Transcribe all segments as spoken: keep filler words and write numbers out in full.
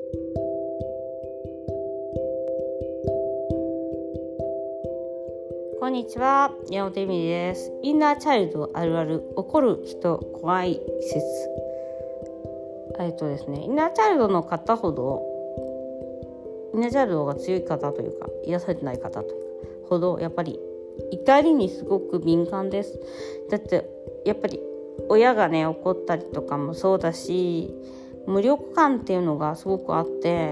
こんにちは、山本由美です。インナーチャイルドあるある、怒る人怖い説。えっとですね、インナーチャイルドの方ほど、インナーチャイルドが強い方というか、癒されてない方というかほど、やっぱり怒りにすごく敏感です。だってやっぱり親がね怒ったりとかもそうだし、無力感っていうのがすごくあって、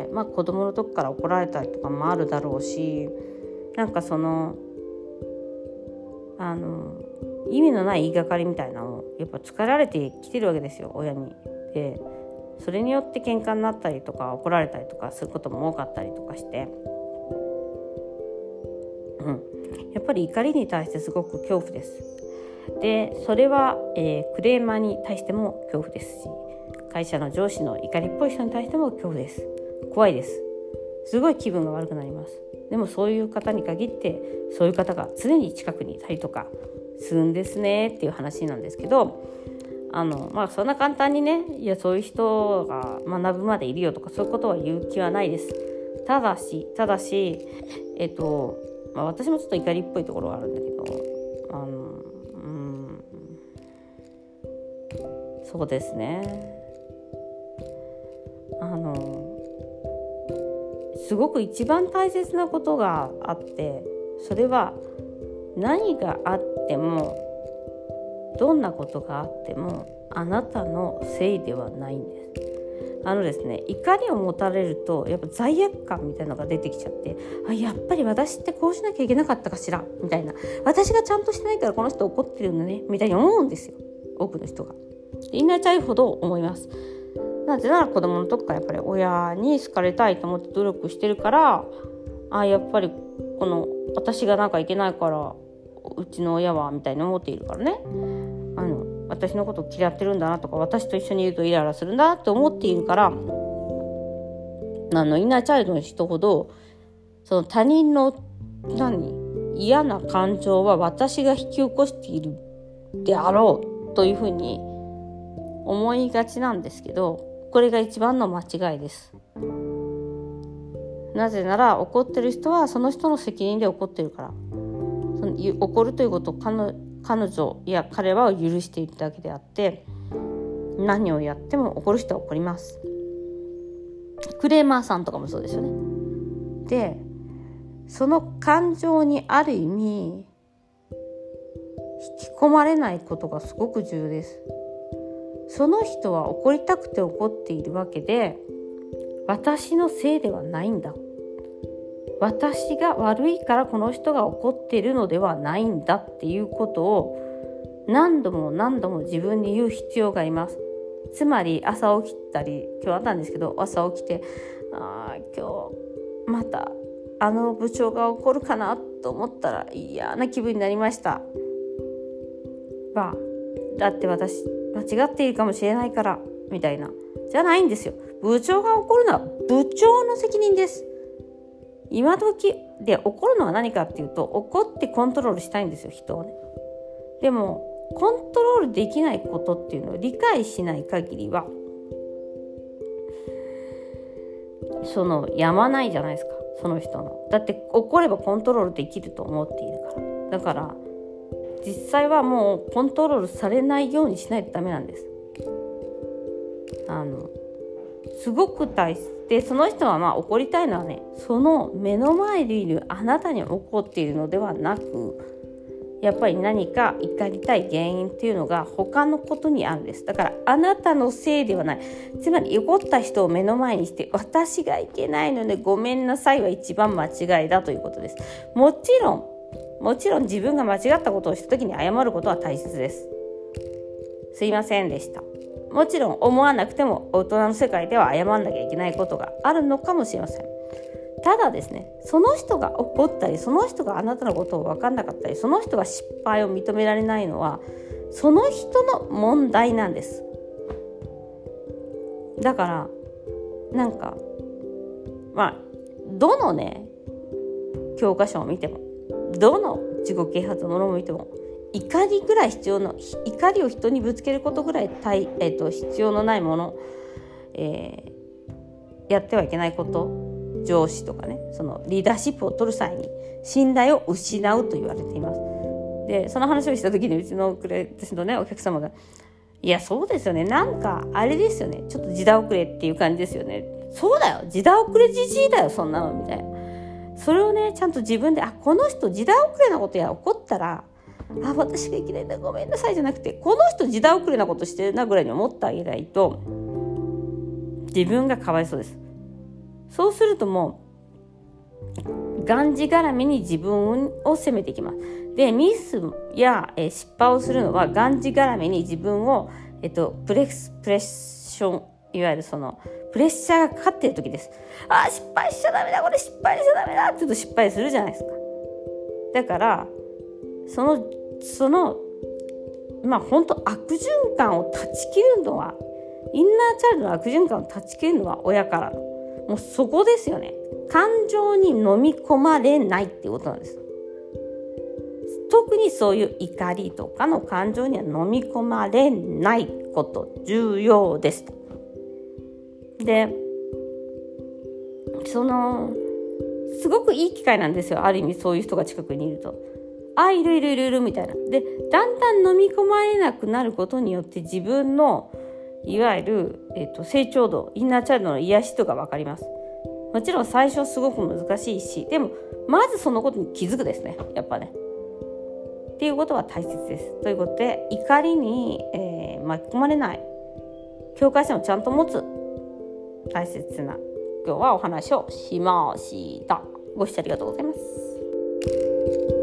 まあ子供の時から怒られたりとかもあるだろうし、なんかそのあの意味のない言いがかりみたいなのをやっぱ疲られてきてるわけですよ、親に。でそれによって喧嘩になったりとか怒られたりとかすることも多かったりとかして、うん、やっぱり怒りに対してすごく恐怖です。でそれは、えー、クレーマーに対しても恐怖ですし、会社の上司の怒りっぽい人に対しても恐怖です。怖いです。すごい気分が悪くなります。でもそういう方に限ってそういう方が常に近くにいたりとかするんですねっていう話なんですけど、あのまあそんな簡単にね、いやそういう人が学ぶまでいるよとかそういうことは言う気はないです。ただしただしえっと、まあ、私もちょっと怒りっぽいところがあるんだけど、あのうんそうですね、あのすごく一番大切なことがあって、それは何があってもどんなことがあってもあなたのせいではないんです。あのですね、怒りを持たれるとやっぱ罪悪感みたいなのが出てきちゃって、あやっぱり私ってこうしなきゃいけなかったかしらみたいな、私がちゃんとしてないからこの人怒ってるんだねみたいに思うんですよ、多くの人が。インナーチャイルドほど思います。なぜなら子供の時からやっぱり親に好かれたいと思って努力してるから、あやっぱりこの私がなんかいけないからうちの親はみたいに思っているからね、あの私のことを嫌ってるんだなとか、私と一緒にいるとイライラするんだって思っているから、あのインナーチャイルドの人ほどその他人の何嫌な感情は私が引き起こしているであろうというふうに思いがちなんですけど、これが一番の間違いです。なぜなら怒ってる人はその人の責任で怒ってるから、その怒るということを 彼, 彼女や彼は許しているだけであって、何をやっても怒る人は怒ります。クレーマーさんとかもそうですよね。でその感情にある意味引き込まれないことがすごく重要です。その人は怒りたくて怒っているわけで、私のせいではないんだ、私が悪いからこの人が怒っているのではないんだっていうことを何度も何度も自分に言う必要があります。つまり朝起きたり、今日あったんですけど、朝起きてあ今日またあの部長が怒るかなと思ったら嫌な気分になりました。まあだって私間違っているかもしれないからみたいな、じゃないんですよ。部長が怒るのは部長の責任です。今時で怒るのは何かっていうと、怒ってコントロールしたいんですよ、人をね。でもコントロールできないことっていうのを理解しない限りはそのやまないじゃないですか、その人の。だって怒ればコントロールできると思っているから。だから実際はもうコントロールされないようにしないとダメなんです。あのすごく大切で、その人はまあ怒りたいのはね、その目の前でいるあなたに怒っているのではなく、やっぱり何か怒りたい原因っていうのが他のことにあるんです。だからあなたのせいではない。つまり怒った人を目の前にして私がいけないのでごめんなさいは一番間違いだということです。もちろんもちろん自分が間違ったことをした時に謝ることは大切です。すいませんでした。もちろん思わなくても大人の世界では謝んなきゃいけないことがあるのかもしれません。ただですね、その人が怒ったり、その人があなたのことを分かんなかったり、その人が失敗を認められないのはその人の問題なんです。だからなんかまあどのね教科書を見ても、どの自己啓発のものを見ても、怒りぐらい必要の怒りを人にぶつけることぐらい、えー、と必要のないもの、えやってはいけないこと、上司とかね、そのリーダーシップを取る際に信頼を失うと言われています。でその話をした時にうちの私のねお客様が、いやそうですよね、なんかあれですよね、ちょっと時代遅れっていう感じですよね。そうだよ、時代遅れじじいだよそんなのみたいな。それをねちゃんと自分で、あこの人時代遅れなことや起こったら、あ私がいけないんだごめんなさいじゃなくて、この人時代遅れなことしてるなぐらいに思ってあげないと自分がかわいそうです。そうするともうがんじがらめに自分を責めていきます。でミスや、えー、失敗をするのはがんじがらめに自分を、えっと、プレスプレッション、いわゆるそのプレッシャーがかかっている時です。あ失敗しちゃダメだ、これ失敗しちゃダメだって言うと失敗するじゃないですか。だからそのそのまあ本当悪循環を断ち切るのは、インナーチャイルドの悪循環を断ち切るのは親からのもうそこですよね。感情に飲み込まれないっていうことなんです。特にそういう怒りとかの感情には飲み込まれないこと重要です。でそのすごくいい機会なんですよ、ある意味そういう人が近くにいると。あいるいるいるいるみたいな。でだんだん飲み込まれなくなることによって自分のいわゆる、えーと、成長度、インナーチャイルドの癒し度が分かります。もちろん最初はすごく難しいし、でもまずそのことに気づくですね、やっぱねっていうことは大切です。ということで怒りに、えー、巻き込まれない境界線をちゃんと持つ、大切な今日はお話をしました。ご視聴ありがとうございます。